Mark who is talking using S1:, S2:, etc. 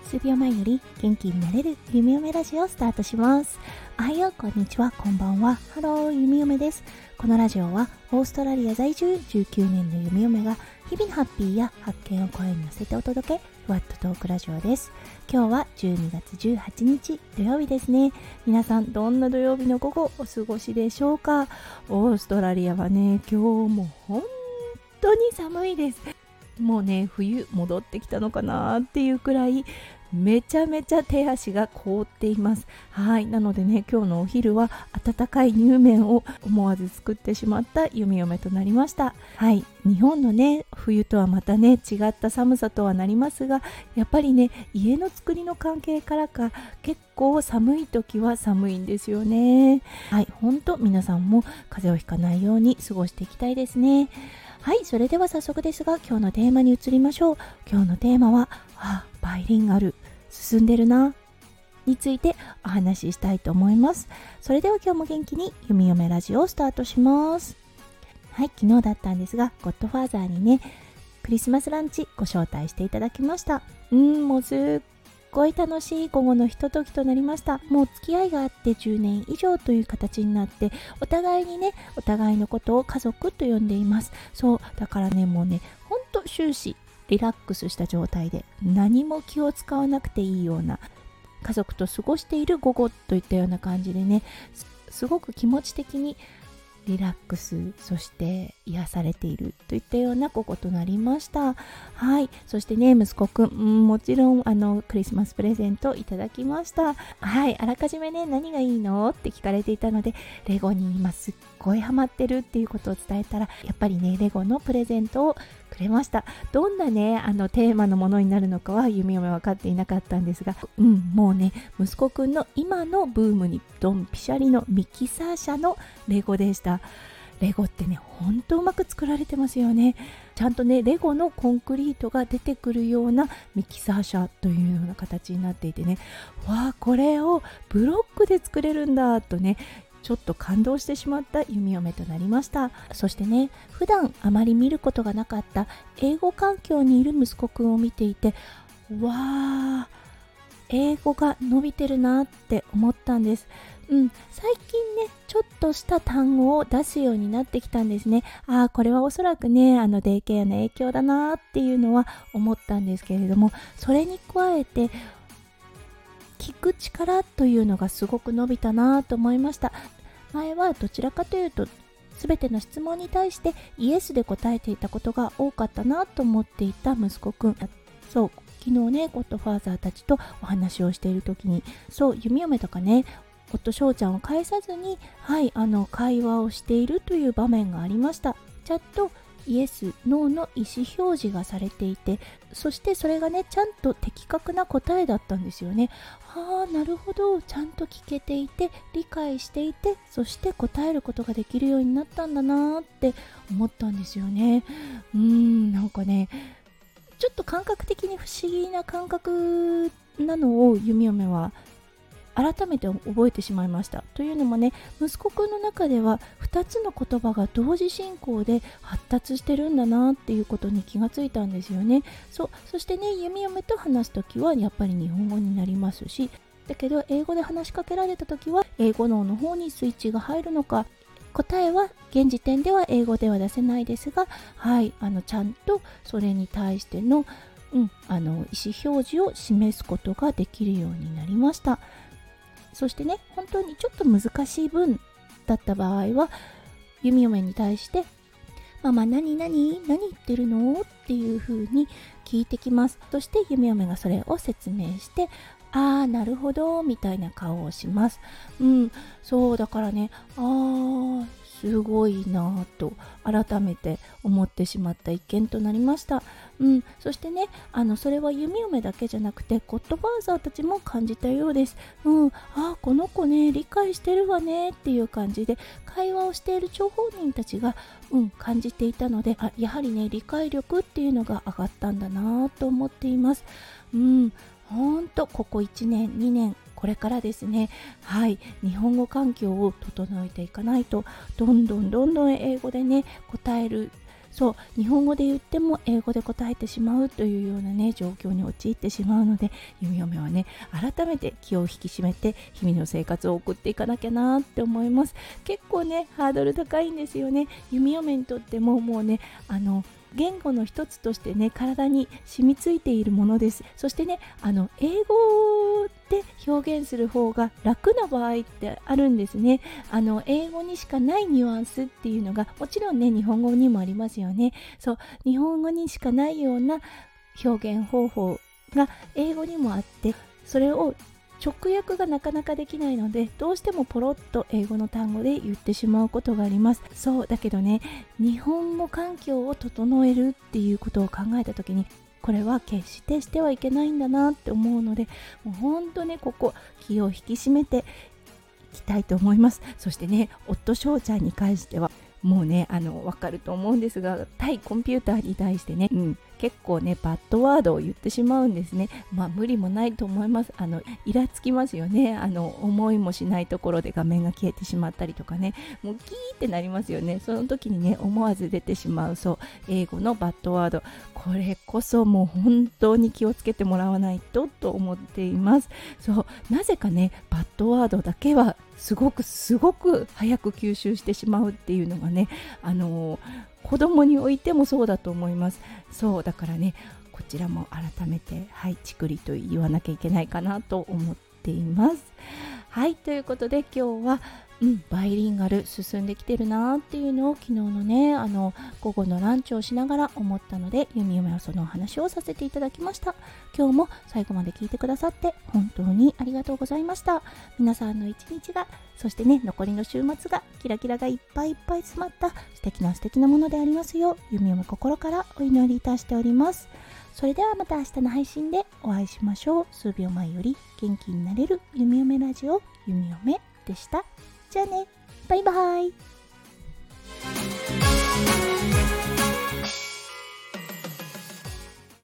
S1: 数秒前より元気になれる弓嫁ラジオをスタートします。おはよう、こんにちは、こんばんは。ハロー、弓嫁です。このラジオはオーストラリア在住19年の弓嫁が日々のハッピーや発見を声に乗せてお届け、ふわっとトークラジオです。今日は12月18日土曜日ですね。皆さんどんな土曜日の午後お過ごしでしょうか。オーストラリアはね、今日も本当に寒いです。もうね、冬戻ってきたのかなっていうくらいめちゃめちゃ手足が凍っています。はい、なのでね、今日のお昼は温かい乳麺を思わず作ってしまった弓嫁となりました。はい、日本のね、冬とはまたね、違った寒さとはなりますが、やっぱりね、家の作りの関係からか結構寒い時は寒いんですよね。はい、本当皆さんも風邪をひかないように過ごしていきたいですね。はい、それでは早速ですが今日のテーマに移りましょう。今日のテーマはバイリンガル進んでるなについてお話ししたいと思います。それでは今日も元気に弓嫁ラジオをスタートします。はい、昨日だったんですがゴッドファーザーにね、クリスマスランチご招待していただきました。もうすっごい楽しい午後のひとときとなりました。もう付き合いがあって10年以上という形になって、お互いにね、お互いのことを家族と呼んでいます。そうだからね、もうね、ほんと終始リラックスした状態で何も気を使わなくていいような家族と過ごしている午後といったような感じでね、すごく気持ち的にリラックス、そして癒されているといったような午後となりました。はい、そしてね、息子くん、もちろんクリスマスプレゼントいただきました。はい、あらかじめね、何がいいのって聞かれていたので、レゴに今すっごいハマってるっていうことを伝えたら、やっぱりね、レゴのプレゼントをくれました。どんなね、テーマのものになるのかは弓嫁分かっていなかったんですが、もうね、息子くんの今のブームにドンピシャリのミキサー車のレゴでした。レゴってね、ほんとうまく作られてますよね。ちゃんとね、レゴのコンクリートが出てくるようなミキサー車というような形になっていてね、わあ、これをブロックで作れるんだとね、ちょっと感動してしまった弓嫁となりました。そしてね、普段あまり見ることがなかった英語環境にいる息子くんを見ていて、わあ、英語が伸びてるなって思ったんです。最近ね、ちょっとした単語を出すようになってきたんですね。これはおそらくね、デイケアの影響だなっていうのは思ったんですけれども、それに加えて聞く力というのがすごく伸びたなと思いました。前はどちらかというと全ての質問に対してイエスで答えていたことが多かったなと思っていた息子くん。そう昨日ね、ゴッドファーザーたちとお話をしている時に、弓嫁とかね、夫翔ちゃんを返さずに、会話をしているという場面がありました。チャットイエス・ノーの意思表示がされていて、そしてそれがね、ちゃんと的確な答えだったんですよね。なるほど、ちゃんと聞けていて理解していて、そして答えることができるようになったんだなって思ったんですよね。なんかね、ちょっと感覚的に不思議な感覚なのを弓嫁は改めて覚えてしまいました。というのもね、息子くんの中では2つの言葉が同時進行で発達してるんだなっていうことに気がついたんですよね。そしてね、弓嫁と話すときはやっぱり日本語になりますし、だけど英語で話しかけられたときは英語脳の方にスイッチが入るのか、答えは現時点では英語では出せないですが、ちゃんとそれに対しての、意思表示を示すことができるようになりました。そしてね、本当にちょっと難しい文だった場合は弓嫁に対してママ何言ってるのっていう風に聞いてきます。そして弓嫁がそれを説明して、なるほどみたいな顔をします。そうだからね、すごいなぁと改めて思ってしまった一件となりました。そしてね、それは弓嫁だけじゃなくてゴッドファーザーたちも感じたようです。この子ね、理解してるわねっていう感じで会話をしている張本人たちが感じていたので、やはりね、理解力っていうのが上がったんだなと思っています。ほんとここ1年2年これからですね、日本語環境を整えていかないと、どんどん英語でね答えるそう日本語で言っても英語で答えてしまうというようなね状況に陥ってしまうので、弓嫁はね改めて気を引き締めて日々の生活を送っていかなきゃなって思います。結構ねハードル高いんですよね。弓嫁にとってももうね言語の一つとしてね体に染みついているものです。そしてね英語で表現する方が楽な場合ってあるんですね。英語にしかないニュアンスっていうのがもちろんね日本語にもありますよね。そう日本語にしかないような表現方法が英語にもあって、それを直訳がなかなかできないのでどうしてもポロッと英語の単語で言ってしまうことがあります。そうだけどね日本語環境を整えるっていうことを考えた時にこれは決してしてはいけないんだなって思うので、もうほんとねここ気を引き締めていきたいと思います。そしてね夫翔ちゃんに関してはもうね分かると思うんですが、対コンピューターに対してね、結構ねバッドワードを言ってしまうんですね。無理もないと思います。イラつきますよね。思いもしないところで画面が消えてしまったりとかね、もうキーってなりますよね。その時にね思わず出てしまう英語のバッドワード、これこそもう本当に気をつけてもらわないとと思っています。なぜかねバッドワードだけはすごく早く吸収してしまうっていうのがね子供においてもそうだと思います。だからねこちらも改めてチクリと言わなきゃいけないかなと思っています。ということで今日はバイリンガル進んできてるなっていうのを昨日のね午後のランチをしながら思ったので、弓嫁はそのお話をさせていただきました。今日も最後まで聞いてくださって本当にありがとうございました。皆さんの一日が、そしてね残りの週末がキラキラがいっぱいいっぱい詰まった素敵なものでありますよう、弓嫁心からお祈りいたしております。それではまた明日の配信でお会いしましょう。数秒前より元気になれる弓嫁ラジオ、弓嫁でした。じゃあね、バイバイ。